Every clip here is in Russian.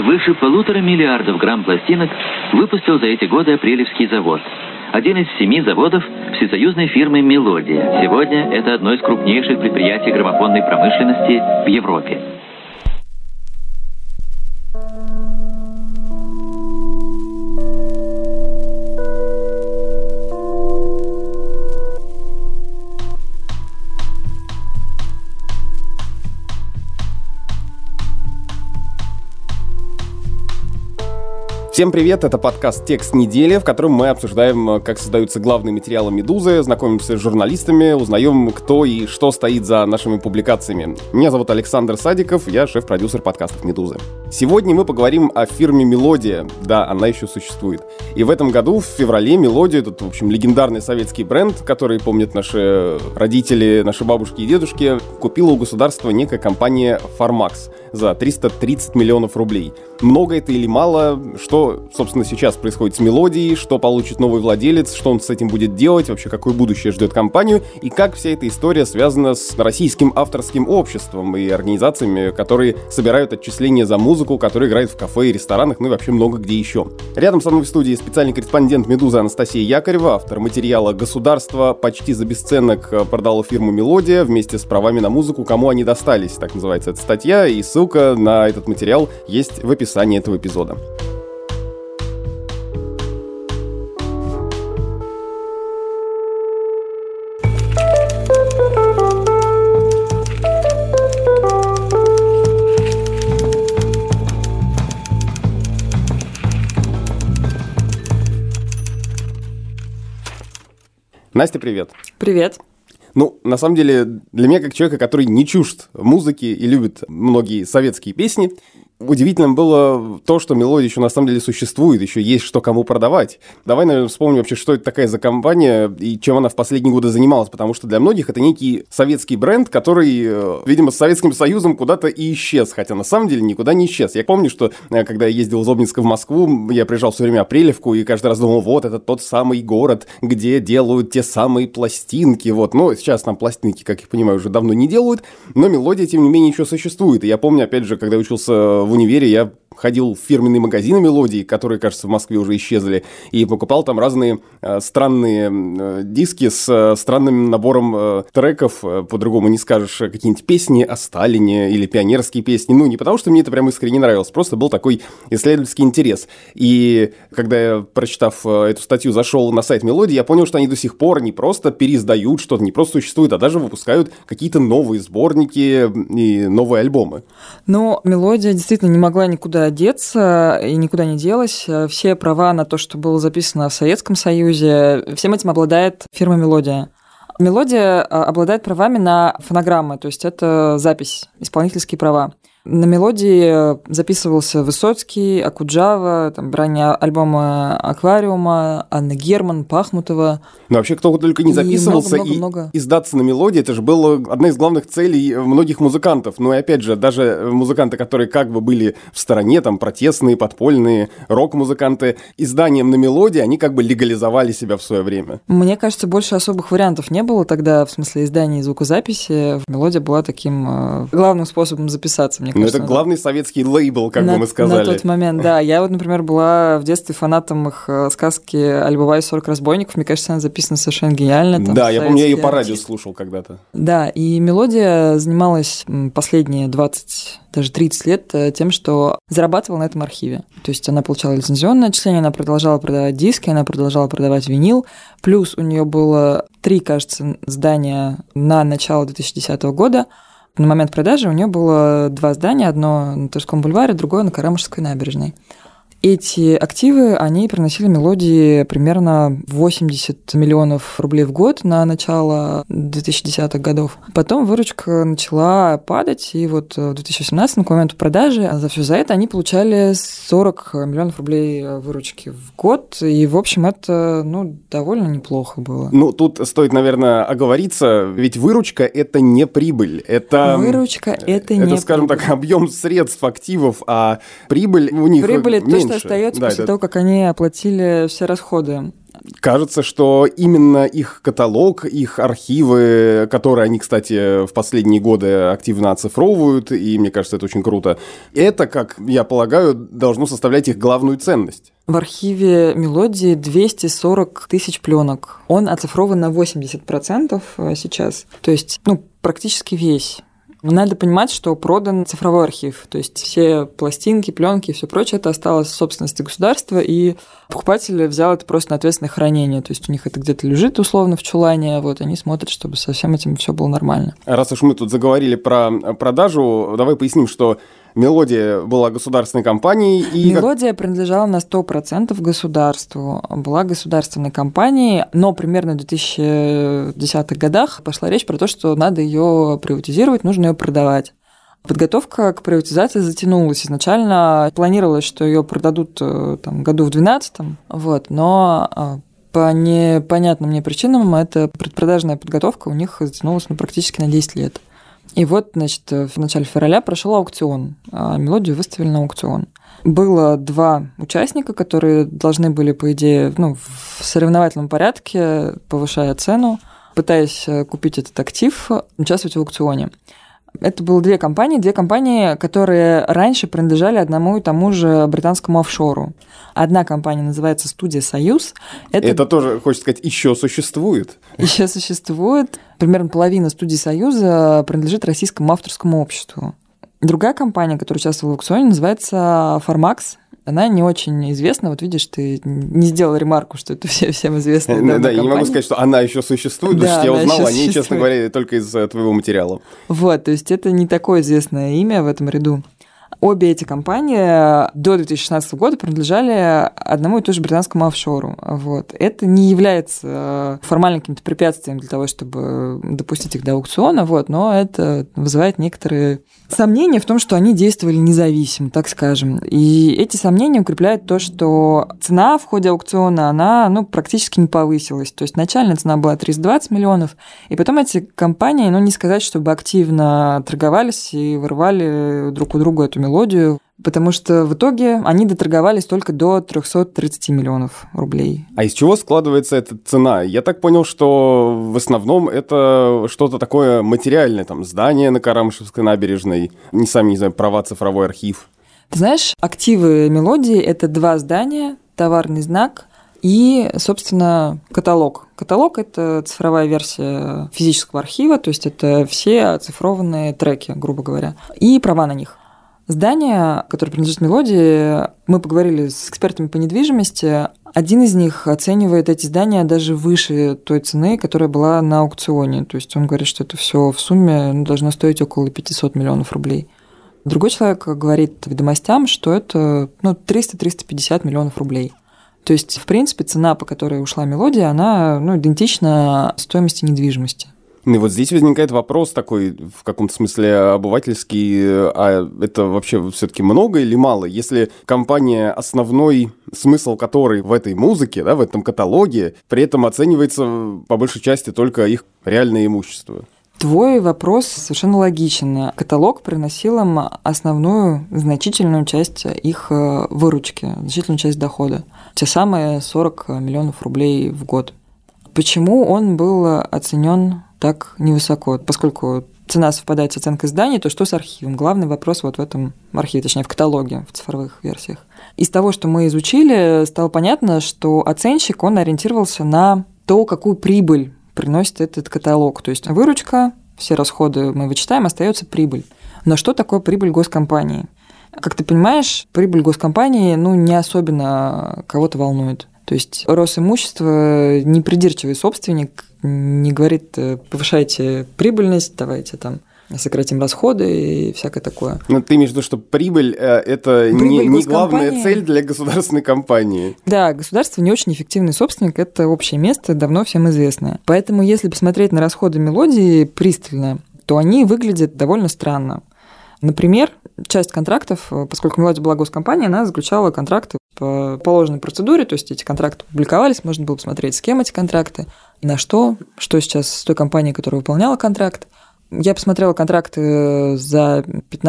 Свыше 1,5 миллиардов грамм пластинок выпустил за эти годы Апрелевский завод. Один из 7 заводов всесоюзной фирмы «Мелодия». Сегодня это одно из крупнейших предприятий граммофонной промышленности в Европе. Всем привет, это подкаст «Текст недели», в котором мы обсуждаем, как создаются главные материалы «Медузы», знакомимся с журналистами, узнаем, кто и что стоит за нашими публикациями. Меня зовут Александр Садиков, я шеф-продюсер подкастов «Медузы». Сегодня мы поговорим о фирме «Мелодия». Да, она еще существует. И в этом году, в феврале, «Мелодия», этот, в общем, легендарный советский бренд, который помнят наши родители, наши бабушки и дедушки, купила у государства некая компания «Фармакс» за 330 миллионов рублей. Много это или мало? Что, собственно, сейчас происходит с «Мелодией», что получит новый владелец, что он с этим будет делать, вообще какое будущее ждет компанию, и как вся эта история связана с российским авторским обществом и организациями, которые собирают отчисления за музыку, которая играет в кафе и ресторанах, ну и вообще много где еще. Рядом со мной в студии специальный корреспондент «Медузы» Анастасия Якорева, автор материала «Государство почти за бесценок продало фирму «Мелодия» вместе с правами на музыку, кому они достались», так называется эта статья, и ссылка на этот материал есть в описании этого эпизода. Настя, привет. Привет. Ну, на самом деле, для меня, как человека, который не чужд музыки и любит многие советские песни, удивительным было то, что «Мелодия» еще на самом деле существует, еще есть что кому продавать. Давай, наверное, вспомним вообще, что это такая за компания и чем она в последние годы занималась, потому что для многих это некий советский бренд, который, видимо, с Советским Союзом куда-то и исчез, хотя на самом деле никуда не исчез. Я помню, что когда я ездил из Обнинска в Москву, я приезжал все время Апрелевку и каждый раз думал, вот, это тот самый город, где делают те самые пластинки, вот. Но сейчас там пластинки, как я понимаю, уже давно не делают, но «Мелодия», тем не менее, еще существует. И я помню, опять же, когда я учился в универе, я ходил в фирменные магазины «Мелодии», которые, кажется, в Москве уже исчезли, и покупал там разные странные диски с странным набором треков, по-другому не скажешь, какие-нибудь песни о Сталине или пионерские песни. Ну, не потому, что мне это прям искренне нравилось, просто был такой исследовательский интерес. И когда я, прочитав эту статью, зашел на сайт «Мелодии», я понял, что они до сих пор не просто переиздают что-то, не просто существуют, а даже выпускают какие-то новые сборники и новые альбомы. Ну, «Мелодия» действительно не могла никуда деться и никуда не делась. Все права на то, что было записано в Советском Союзе, всем этим обладает фирма «Мелодия». «Мелодия» обладает правами на фонограммы, то есть это запись, исполнительские права. На «Мелодии» записывался Высоцкий, Окуджава, там ранние альбомы «Аквариума», Анна Герман, Пахмутова. Ну, вообще, кто только не записывался, и издаться на «Мелодии», это же была одна из главных целей многих музыкантов. Ну, и опять же, даже музыканты, которые как бы были в стороне, там, протестные, подпольные, рок-музыканты, изданием на «Мелодии» они как бы легализовали себя в свое время. Мне кажется, больше особых вариантов не было тогда, в смысле издания и звукозаписи. «Мелодия» была таким главным способом записаться, мне кажется. Ну, это главный советский лейбл, как бы мы сказали. На тот момент, да. Я вот, например, была в детстве фанатом их сказки «Альбова и 40 разбойников». Мне кажется, она записана совершенно гениально. Там, да, я помню, я ее по радио слушал когда-то. Да, и «Мелодия» занималась последние 20, даже 30 лет тем, что зарабатывала на этом архиве. То есть она получала лицензионное отчисление, она продолжала продавать диски, она продолжала продавать винил. Плюс у нее было 3, кажется, издания на начало 2010 года. На момент продажи у нее было 2 здания, одно на Тверском бульваре, другое на Карамышевской набережной. Эти активы, они приносили «Мелодии» примерно 80 миллионов рублей в год на начало 2010-х годов. Потом выручка начала падать, и вот в 2018, к моменту продажи, за это они получали 40 миллионов рублей выручки в год, и, в общем, это, довольно неплохо было. Ну, тут стоит, наверное, оговориться, ведь выручка – это не прибыль, Выручка – это не прибыль. Это, скажем так, объем средств, активов, а прибыль у них меньше. Остается после того, как они оплатили все расходы. Кажется, что именно их каталог, их архивы, которые они, кстати, в последние годы активно оцифровывают, и мне кажется, это очень круто, это, как я полагаю, должно составлять их главную ценность. В архиве «Мелодии» 240 тысяч пленок. Он оцифрован на 80% сейчас, то есть практически весь. Надо понимать, что продан цифровой архив, то есть все пластинки, пленки и все прочее, это осталось в собственности государства, и покупатель взял это просто на ответственное хранение, то есть у них это где-то лежит условно в чулане, вот они смотрят, чтобы со всем этим все было нормально. Раз уж мы тут заговорили про продажу, давай поясним, что «Мелодия» была государственной компанией. «Мелодия» принадлежала на 100% государству, была государственной компанией, но примерно в 2010-х годах пошла речь про то, что надо ее приватизировать, нужно ее продавать. Подготовка к приватизации затянулась. Изначально планировалось, что ее продадут году в 2012-м, но по непонятным мне причинам эта предпродажная подготовка у них затянулась практически на 10 лет. И вот, значит, в начале февраля прошел аукцион. «Мелодию» выставили на аукцион. Было 2 участника, которые должны были, по идее, в соревновательном порядке, повышая цену, пытаясь купить этот актив, участвовать в аукционе. Это было 2 компании, которые раньше принадлежали одному и тому же британскому офшору. Одна компания называется «Студия Союз». Это тоже, хочется сказать, еще существует. Еще существует. Примерно половина «Студии Союза» принадлежит Российскому авторскому обществу. Другая компания, которая участвовала в аукционе, называется «Формакс». Она не очень известна. Вот видишь, ты не сделал ремарку, что это всем известная компания. Да, я не могу сказать, что она еще существует, потому что я узнал о ней, честно говоря, только из твоего материала. Вот, то есть это не такое известное имя в этом ряду. Обе эти компании до 2016 года принадлежали одному и тому же британскому офшору. Вот. Это не является формальным каким-то препятствием для того, чтобы допустить их до аукциона, но это вызывает некоторые сомнения в том, что они действовали независимо, так скажем. И эти сомнения укрепляют то, что цена в ходе аукциона, она практически не повысилась. То есть начальная цена была 320 миллионов, и потом эти компании, не сказать, чтобы активно торговались и вырывали друг у друга эту «Мелодию», потому что в итоге они доторговались только до 330 миллионов рублей. А из чего складывается эта цена? Я так понял, что в основном это что-то такое материальное, здание на Карамышевской набережной, не знаю, права, цифровой архив. Ты знаешь, активы «Мелодии» — это 2 здания, товарный знак и, собственно, каталог. Каталог — это цифровая версия физического архива, то есть это все оцифрованные треки, грубо говоря, и права на них. Здание, которое принадлежит «Мелодии», мы поговорили с экспертами по недвижимости. Один из них оценивает эти здания даже выше той цены, которая была на аукционе. То есть он говорит, что это все в сумме должно стоить около 500 миллионов рублей. Другой человек говорит «Ведомостям», что это 300-350 миллионов рублей. То есть, в принципе, цена, по которой ушла «Мелодия», она идентична стоимости недвижимости. И вот здесь возникает вопрос такой, в каком-то смысле обывательский, а это вообще все-таки много или мало? Если компания, основной смысл которой в этой музыке, в этом каталоге, при этом оценивается по большей части только их реальное имущество. Твой вопрос совершенно логичен. Каталог приносил им основную, значительную часть их выручки, значительную часть дохода. Те самые 40 миллионов рублей в год. Почему он был оценен так невысоко? Поскольку цена совпадает с оценкой зданий, то что с архивом? Главный вопрос в этом архиве, точнее, в каталоге, в цифровых версиях. Из того, что мы изучили, стало понятно, что оценщик, он ориентировался на то, какую прибыль приносит этот каталог. То есть выручка, все расходы мы вычитаем, остается прибыль. Но что такое прибыль госкомпании? Как ты понимаешь, прибыль госкомпании не особенно кого-то волнует. То есть Росимущество, непридирчивый собственник, не говорит, повышайте прибыльность, давайте сократим расходы и всякое такое. Но ты имеешь в виду, что прибыль – это не главная цель для государственной компании. Да, государство не очень эффективный собственник, это общее место, давно всем известное. Поэтому, если посмотреть на расходы «Мелодии» пристально, то они выглядят довольно странно. Например, часть контрактов, поскольку «Мелодия» была госкомпания, она заключала контракты по положенной процедуре, то есть эти контракты публиковались, можно было посмотреть, с кем эти контракты, на что сейчас с той компанией, которая выполняла контракт. Я посмотрела контракты за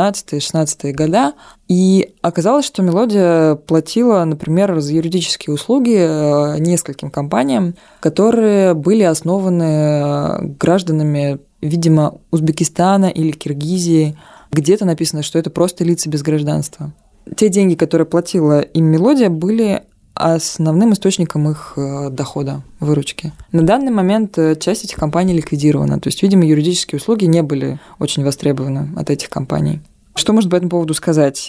15-16 года, и оказалось, что «Мелодия» платила, например, за юридические услуги нескольким компаниям, которые были основаны гражданами, видимо, Узбекистана или Киргизии. Где-то написано, что это просто лица без гражданства. Те деньги, которые платила им «Мелодия», были основным источником их дохода, выручки. На данный момент часть этих компаний ликвидирована. То есть, видимо, юридические услуги не были очень востребованы от этих компаний. Что можно по этому поводу сказать?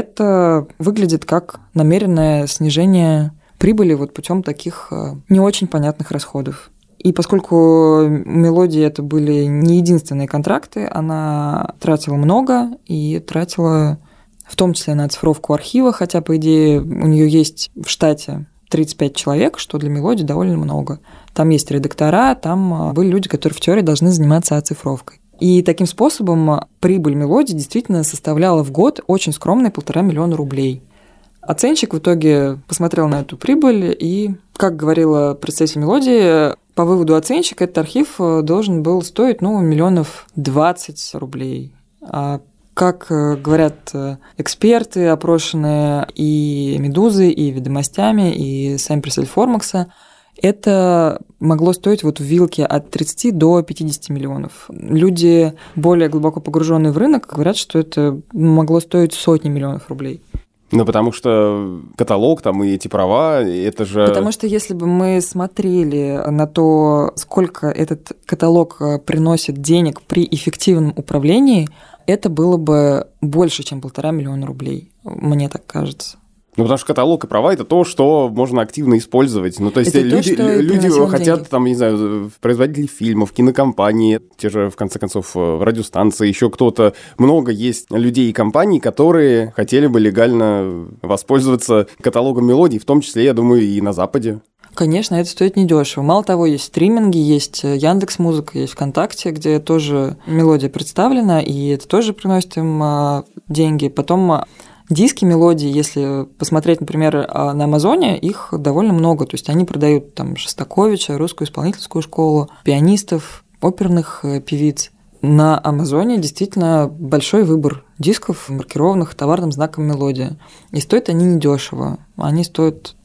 Это выглядит как намеренное снижение прибыли вот путем таких не очень понятных расходов. И поскольку у «Мелодии» это были не единственные контракты, она тратила много и тратила в том числе на оцифровку архива, хотя, по идее, у нее есть в штате 35 человек, что для «Мелодии» довольно много. Там есть редактора, там были люди, которые в теории должны заниматься оцифровкой. И таким способом прибыль «Мелодии» действительно составляла в год очень скромные 1,5 миллиона рублей. Оценщик в итоге посмотрел на эту прибыль и, как говорила представитель «Мелодии», по выводу оценщика этот архив должен был стоить, 20 миллионов рублей. А как говорят эксперты, опрошенные и «Медузой», и «Ведомостями», и сами представитель «Формакса», это могло стоить вот в вилке от 30 до 50 миллионов. Люди, более глубоко погруженные в рынок, говорят, что это могло стоить сотни миллионов рублей. Потому что каталог там и эти права, это же... Потому что если бы мы смотрели на то, сколько этот каталог приносит денег при эффективном управлении, это было бы больше, чем 1,5 миллиона рублей, мне так кажется. Потому что каталог и права – это то, что можно активно использовать. То есть это люди хотят, деньги. Там, не знаю, производители фильмов, кинокомпании, те же, в конце концов, радиостанции, еще кто-то. Много есть людей и компаний, которые хотели бы легально воспользоваться каталогом «Мелодий», в том числе, я думаю, и на Западе. Конечно, это стоит недешево. Мало того, есть стриминги, есть Яндекс.Музыка, есть ВКонтакте, где тоже «Мелодия» представлена, и это тоже приносит им деньги. Потом диски «Мелодии», если посмотреть, например, на Амазоне, их довольно много. То есть они продают там Шостаковича, русскую исполнительскую школу, пианистов, оперных певиц. На Амазоне действительно большой выбор дисков, маркированных товарным знаком «Мелодия». И стоят они недешево. Они стоят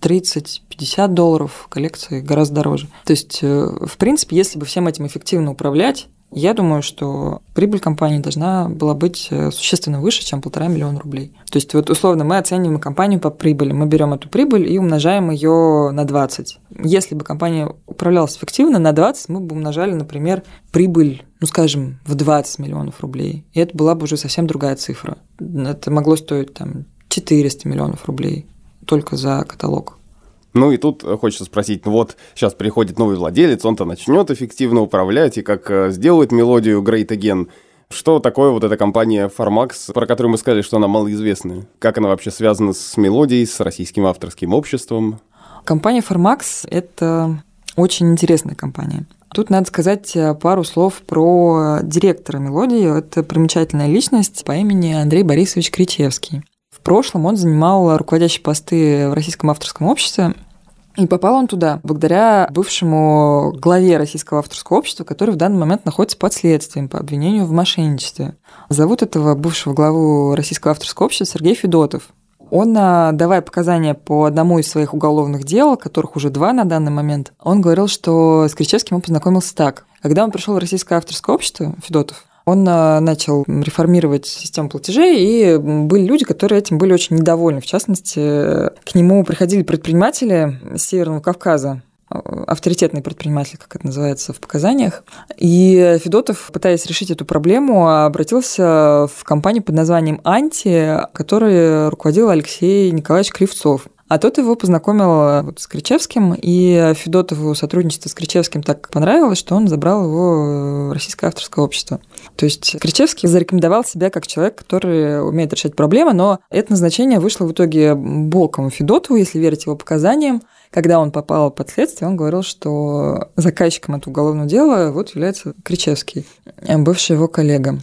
$30-50, коллекции гораздо дороже. То есть, в принципе, если бы всем этим эффективно управлять, я думаю, что прибыль компании должна была быть существенно выше, чем 1,5 миллиона рублей. То есть, вот условно, мы оцениваем компанию по прибыли. Мы берем эту прибыль и умножаем ее на 20. Если бы компания управлялась эффективно, на 20 мы бы умножали, например, прибыль, скажем, в 20 миллионов рублей. И это была бы уже совсем другая цифра. Это могло стоить там 400 миллионов рублей только за каталог. И тут хочется спросить, сейчас приходит новый владелец, он-то начнет эффективно управлять и как сделает «Мелодию» great again. Что такое вот эта компания Formax, про которую мы сказали, что она малоизвестная? Как она вообще связана с «Мелодией», с Российским авторским обществом? Компания Formax – это очень интересная компания. Тут надо сказать пару слов про директора «Мелодии». Это примечательная личность по имени Андрей Борисович Кричевский. В прошлом он занимал руководящие посты в Российском авторском обществе, и попал он туда благодаря бывшему главе Российского авторского общества, который в данный момент находится под следствием по обвинению в мошенничестве. Зовут этого бывшего главу Российского авторского общества Сергей Федотов. Он, давая показания по одному из своих уголовных дел, которых уже 2 на данный момент, он говорил, что с Кричевским он познакомился так. Когда он пришел в Российское авторское общество, Федотов, он начал реформировать систему платежей, и были люди, которые этим были очень недовольны. В частности, к нему приходили предприниматели с Северного Кавказа, авторитетные предприниматели, как это называется в показаниях. И Федотов, пытаясь решить эту проблему, обратился в компанию под названием «Анти», которой руководил Алексей Николаевич Кривцов. А тот его познакомил с Кричевским, и Федотову сотрудничество с Кричевским так понравилось, что он забрал его в Российское авторское общество. То есть Кричевский зарекомендовал себя как человек, который умеет решать проблемы, но это назначение вышло в итоге боком Федотову, если верить его показаниям. Когда он попал под следствие, он говорил, что заказчиком этого уголовного дела является Кричевский, бывший его коллега.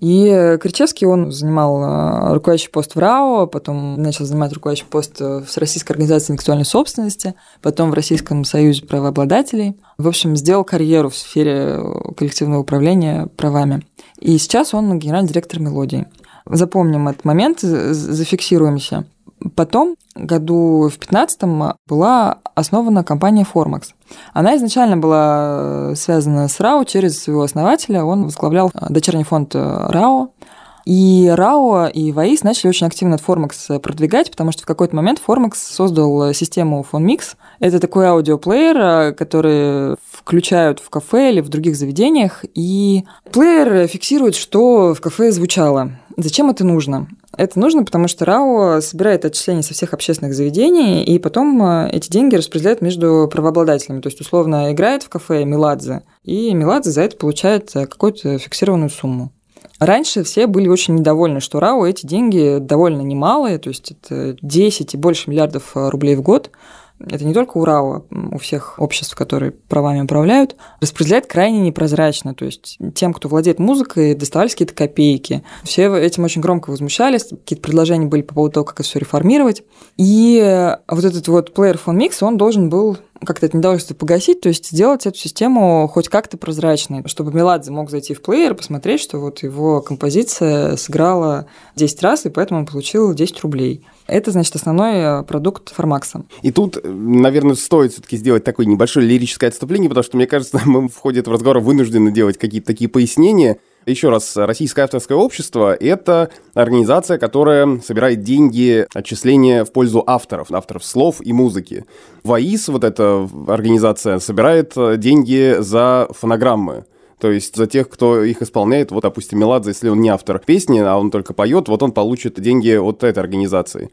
И Кричевский, он занимал руководящий пост в РАО, потом начал занимать руководящий пост в Российской организации интеллектуальной собственности, потом в Российском союзе правообладателей. В общем, сделал карьеру в сфере коллективного управления правами. И сейчас он генеральный директор «Мелодии». Запомним этот момент, зафиксируемся. Потом, году в 2015-м, была основана компания Formax. Она изначально была связана с РАО через своего основателя. Он возглавлял дочерний фонд РАО. И РАО и ВАИС начали очень активно от Formax продвигать, потому что в какой-то момент Formax создал систему PhoneMix. Это такой аудиоплеер, который включают в кафе или в других заведениях, и плеер фиксирует, что в кафе звучало. Зачем это нужно? Это нужно, потому что РАО собирает отчисления со всех общественных заведений, и потом эти деньги распределяет между правообладателями. То есть, условно, играет в кафе Меладзе, и Меладзе за это получает какую-то фиксированную сумму. Раньше все были очень недовольны, что РАО эти деньги довольно немалые, то есть это 10 и больше миллиардов рублей в год. Это не только у РАО, у всех обществ, которые правами управляют, распределяет крайне непрозрачно. То есть тем, кто владеет музыкой, доставались какие-то копейки. Все этим очень громко возмущались, какие-то предложения были по поводу того, как это все реформировать. И вот этот вот плеер PhoneMix, он должен был как-то это недовольство погасить, то есть сделать эту систему хоть как-то прозрачной, чтобы Меладзе мог зайти в плеер и посмотреть, что вот его композиция сыграла 10 раз, и поэтому он получил 10 рублей. Это, значит, основной продукт Formax. И тут, наверное, стоит все-таки сделать такое небольшое лирическое отступление, потому что, мне кажется, мы в ходе этого разговора вынуждены делать какие-то такие пояснения. Еще раз, Российское авторское общество – это организация, которая собирает деньги, отчисления в пользу авторов слов и музыки. ВАИС, вот эта организация, собирает деньги за фонограммы. То есть за тех, кто их исполняет. Вот, допустим, Меладзе, если он не автор песни, а он только поет, вот он получит деньги от этой организации.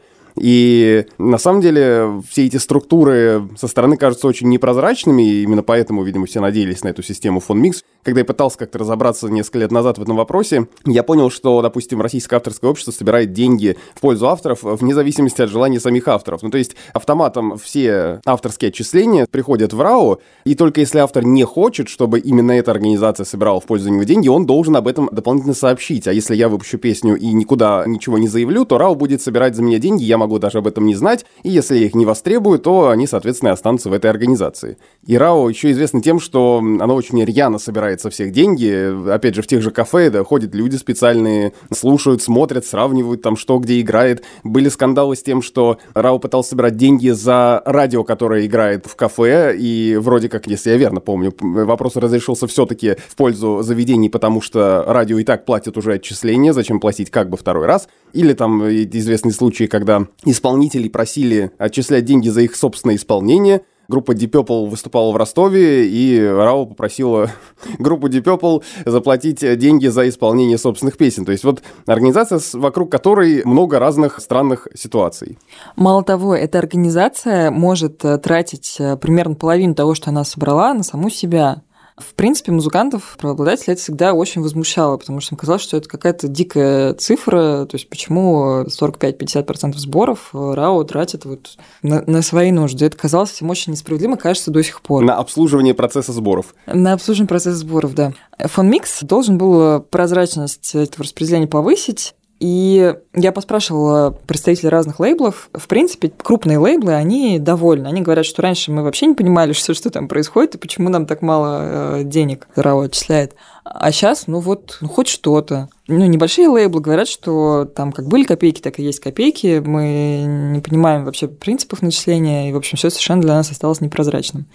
И на самом деле все эти структуры со стороны кажутся очень непрозрачными, и именно поэтому, видимо, все надеялись на эту систему PhoneMix. Когда я пытался как-то разобраться несколько лет назад в этом вопросе, я понял, что, допустим, Российское авторское общество собирает деньги в пользу авторов вне зависимости от желания самих авторов. Ну, то есть автоматом все авторские отчисления приходят в РАО, и только если автор не хочет, чтобы именно эта организация собирала в пользу него деньги, он должен об этом дополнительно сообщить. А если я выпущу песню и никуда ничего не заявлю, то РАО будет собирать за меня деньги, я могу даже об этом не знать, и если я их не востребую, то они, соответственно, останутся в этой организации. И РАО еще известно тем, что оно очень рьяно собирает со всех деньги. Опять же, в тех же кафе, да, ходят люди специальные, слушают, смотрят, сравнивают там, что где играет. Были скандалы с тем, что РАО пытался собирать деньги за радио, которое играет в кафе, и вроде как, если я верно помню, вопрос разрешился все-таки в пользу заведений, потому что радио и так платит уже отчисления, зачем платить как бы второй раз. Или там известные случаи, когда исполнителей просили отчислять деньги за их собственное исполнение. Группа Deep Purple выступала в Ростове, и РАО попросила группу Deep Purple заплатить деньги за исполнение собственных песен. То есть вот организация, вокруг которой много разных странных ситуаций. Мало того, эта организация может тратить примерно половину того, что она собрала, на саму себя. В принципе, музыкантов, правообладателей это всегда очень возмущало, потому что им казалось, что это какая-то дикая цифра, то есть почему 45-50% сборов РАО тратят вот на свои нужды. Это казалось всем очень несправедливо, кажется, до сих пор. На обслуживание процесса сборов. На обслуживание процесса сборов, да. PhoneMix должен был прозрачность этого распределения повысить. И я поспрашивала представителей разных лейблов. В принципе, крупные лейблы, они довольны. Они говорят, что раньше мы вообще не понимали, что там происходит, и почему нам так мало денег РАО отчисляет. А сейчас, хоть что-то. Небольшие лейблы говорят, что там как были копейки, так и есть копейки. Мы не понимаем вообще принципов начисления, и, в общем, все совершенно для нас осталось непрозрачным.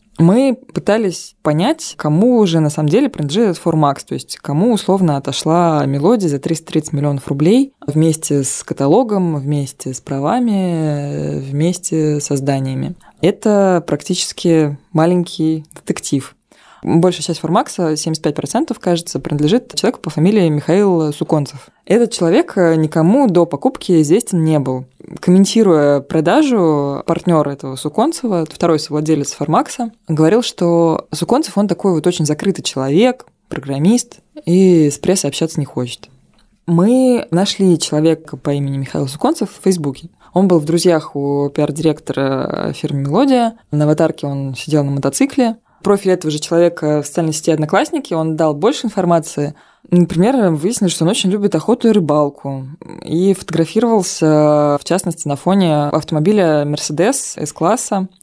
Мы пытались понять, кому же на самом деле принадлежит этот Formax, то есть кому условно отошла мелодия за 330 миллионов рублей вместе с каталогом, вместе с правами, вместе со зданиями. Это практически маленький детектив. Большая часть Formax, 75%, кажется, принадлежит человеку по фамилии Михаил Суконцев. Этот человек никому до покупки известен не был. Комментируя продажу, партнер этого Суконцева, второй совладелец Formax, говорил, что Суконцев, он такой вот очень закрытый человек, программист, и с прессой общаться не хочет. Мы нашли человека по имени Михаил Суконцев в Фейсбуке. Он был в друзьях у пиар-директора фирмы «Мелодия». На аватарке он сидел на мотоцикле. Профиль этого же человека в социальной сети «Одноклассники», он дал больше информации. Например, выяснилось, что он очень любит охоту и рыбалку. И фотографировался, в частности, на фоне автомобиля Mercedes S-класса,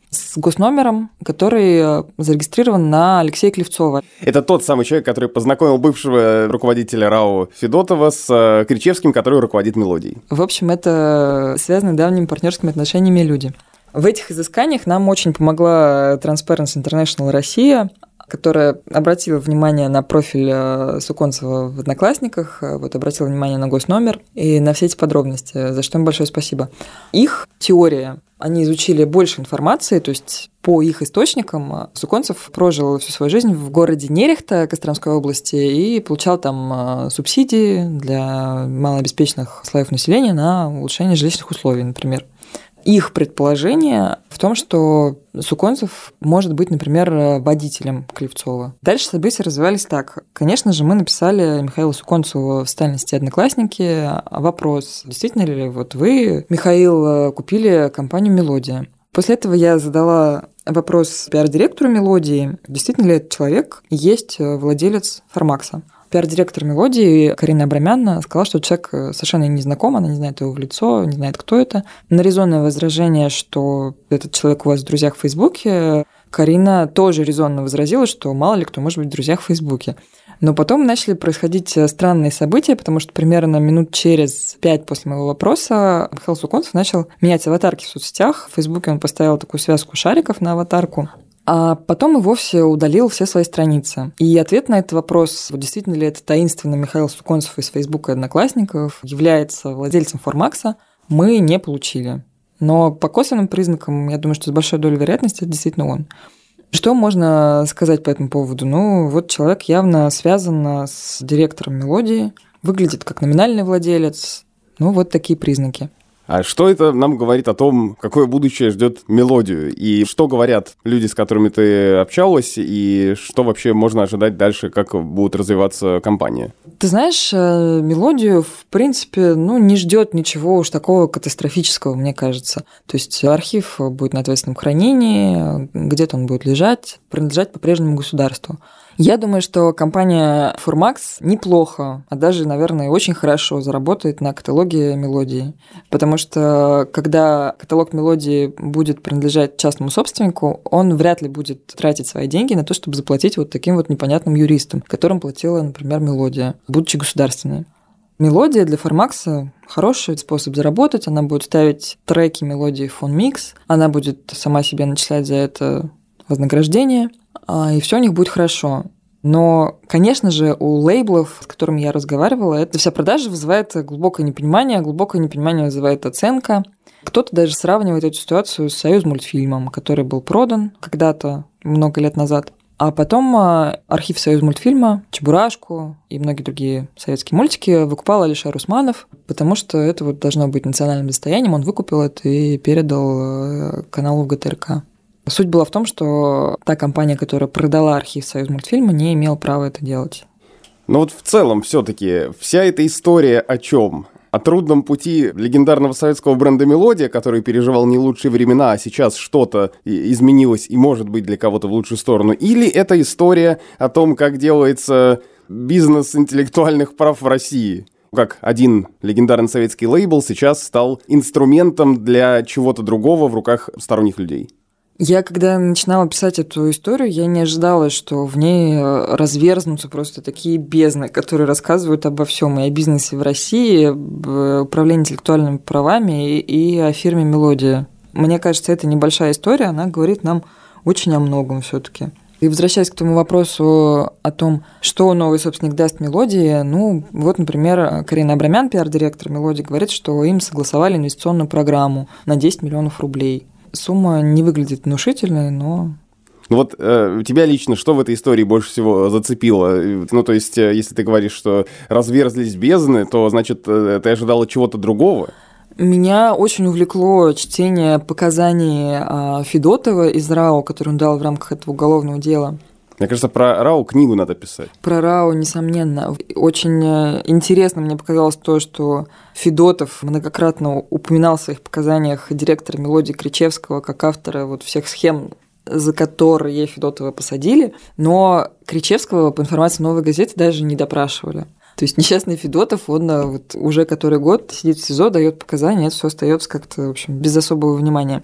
с госномером, который зарегистрирован на Алексея Клевцова. Это тот самый человек, который познакомил бывшего руководителя РАО Федотова с Кричевским, который руководит «Мелодией». В общем, это связаны давними партнерскими отношениями люди. В этих изысканиях нам очень помогла Transparency International Россия, которая обратила внимание на профиль Суконцева в Одноклассниках, обратила внимание на госномер и на все эти подробности, за что им большое спасибо. Их теория, они изучили больше информации, то есть по их источникам Суконцев прожил всю свою жизнь в городе Нерехта Костромской области и получал там субсидии для малообеспеченных слоев населения на улучшение жилищных условий, например. Их предположение в том, что Суконцев может быть, например, водителем Клевцова. Дальше события развивались так. Конечно же, мы написали Михаилу Суконцеву в социальной сети «Одноклассники» вопрос, действительно ли вот вы, Михаил, купили компанию «Мелодия». После этого я задала вопрос пиар-директору «Мелодии», действительно ли этот человек есть владелец Формакса. Пиар-директор «Мелодии» Карина Абрамян сказала, что человек совершенно не знаком, она не знает его в лицо, не знает, кто это. На резонное возражение, что этот человек у вас в друзьях в Фейсбуке, Карина тоже резонно возразила, что мало ли кто может быть в друзьях в Фейсбуке. Но потом начали происходить странные события, потому что примерно минут через 5 после моего вопроса Михаил Суконцев начал менять аватарки в соцсетях. В Фейсбуке он поставил такую связку шариков на аватарку. А потом и вовсе удалил все свои страницы. И ответ на этот вопрос, действительно ли это таинственный Михаил Суконцев из Фейсбука и Одноклассников является владельцем Формакса, мы не получили. Но по косвенным признакам, я думаю, что с большой долей вероятности это действительно он. Что можно сказать по этому поводу? Ну, вот человек явно связан с директором «Мелодии», выглядит как номинальный владелец. Ну, вот такие признаки. А что это нам говорит о том, какое будущее ждет «Мелодию? И что говорят люди, с которыми ты общалась, и что вообще можно ожидать дальше, как будет развиваться компания? Ты знаешь, «Мелодию», в принципе, не ждет ничего уж такого катастрофического, мне кажется. То есть архив будет на ответственном хранении, где-то он будет лежать, принадлежать по-прежнему государству. Я думаю, что компания Формакс неплохо, а даже, наверное, очень хорошо заработает на каталоге «Мелодии». Потому что, когда каталог «Мелодии» будет принадлежать частному собственнику, он вряд ли будет тратить свои деньги на то, чтобы заплатить вот таким вот непонятным юристам, которым платила, например, «Мелодия», будучи государственной. «Мелодия» для Формакса хороший способ заработать. Она будет ставить треки «Мелодии» в фон-микс, она будет сама себе начислять за это вознаграждение, и все у них будет хорошо. Но, конечно же, у лейблов, с которыми я разговаривала, эта вся продажа вызывает глубокое непонимание вызывает оценка. Кто-то даже сравнивает эту ситуацию с «Союзмультфильмом», который был продан когда-то, много лет назад. А потом архив «Союзмультфильма», «Чебурашку» и многие другие советские мультики выкупал Алишер Усманов, потому что это вот должно быть национальным достоянием. Он выкупил это и передал каналу ГТРК. Суть была в том, что та компания, которая продала архив «Союзмультфильма», не имела права это делать. Но вот в целом все-таки вся эта история о чем? О трудном пути легендарного советского бренда «Мелодия», который переживал не лучшие времена, а сейчас что-то изменилось и может быть для кого-то в лучшую сторону? Или это история о том, как делается бизнес интеллектуальных прав в России? Как один легендарный советский лейбл сейчас стал инструментом для чего-то другого в руках сторонних людей? Я, когда начинала писать эту историю, я не ожидала, что в ней разверзнутся просто такие бездны, которые рассказывают обо всем и о бизнесе в России, об управлении интеллектуальными правами и о фирме «Мелодия». Мне кажется, эта небольшая история, она говорит нам очень о многом все-таки. И возвращаясь к тому вопросу о том, что новый собственник даст «Мелодии», вот, например, Карина Абрамян, пиар-директор «Мелодии», говорит, что им согласовали инвестиционную программу на 10 миллионов рублей. Сумма не выглядит внушительной, но... Вот тебя лично что в этой истории больше всего зацепило? То есть, если ты говоришь, что разверзлись бездны, то, значит, ты ожидала чего-то другого? Меня очень увлекло чтение показаний Федотова из РАО, который он дал в рамках этого уголовного дела. Мне кажется, про РАО книгу надо писать. Про РАО, несомненно. Очень интересно мне показалось то, что Федотов многократно упоминал в своих показаниях директора «Мелодии» Кричевского как автора вот всех схем, за которые Федотова посадили, но Кричевского, по информации «Новой газеты», даже не допрашивали. То есть несчастный Федотов, он вот уже который год сидит в СИЗО, дает показания, это все остается как-то, в общем, без особого внимания.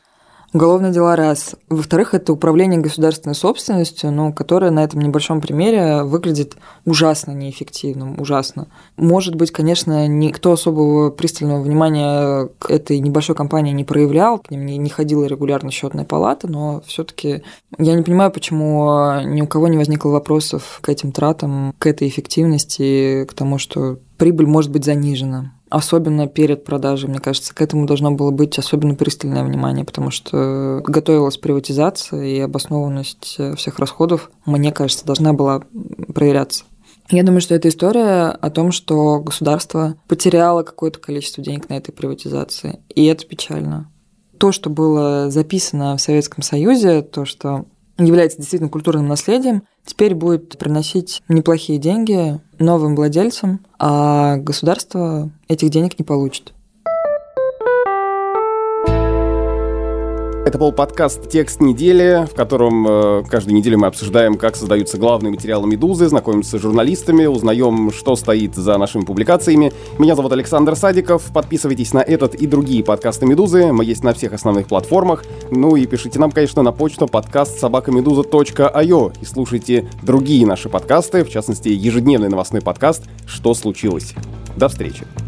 Уголовные дела раз. Во-вторых, это управление государственной собственностью, которое на этом небольшом примере выглядит ужасно неэффективным, ужасно. Может быть, конечно, никто особого пристального внимания к этой небольшой компании не проявлял, к ним не ходила регулярно счетная палата, но все-таки я не понимаю, почему ни у кого не возникло вопросов к этим тратам, к этой эффективности, к тому, что прибыль может быть занижена. Особенно перед продажей, мне кажется, к этому должно было быть особенно пристальное внимание, потому что готовилась приватизация, и обоснованность всех расходов, мне кажется, должна была проверяться. Я думаю, что это история о том, что государство потеряло какое-то количество денег на этой приватизации, и это печально. То, что было записано в Советском Союзе, то, что является действительно культурным наследием, теперь будет приносить неплохие деньги новым владельцам, а государство этих денег не получит. Это был подкаст «Текст недели», в котором каждую неделю мы обсуждаем, как создаются главные материалы «Медузы», знакомимся с журналистами, узнаем, что стоит за нашими публикациями. Меня зовут Александр Садиков. Подписывайтесь на этот и другие подкасты «Медузы». Мы есть на всех основных платформах. И пишите нам, конечно, на почту podcast@meduza.io и слушайте другие наши подкасты, в частности, ежедневный новостной подкаст «Что случилось?». До встречи.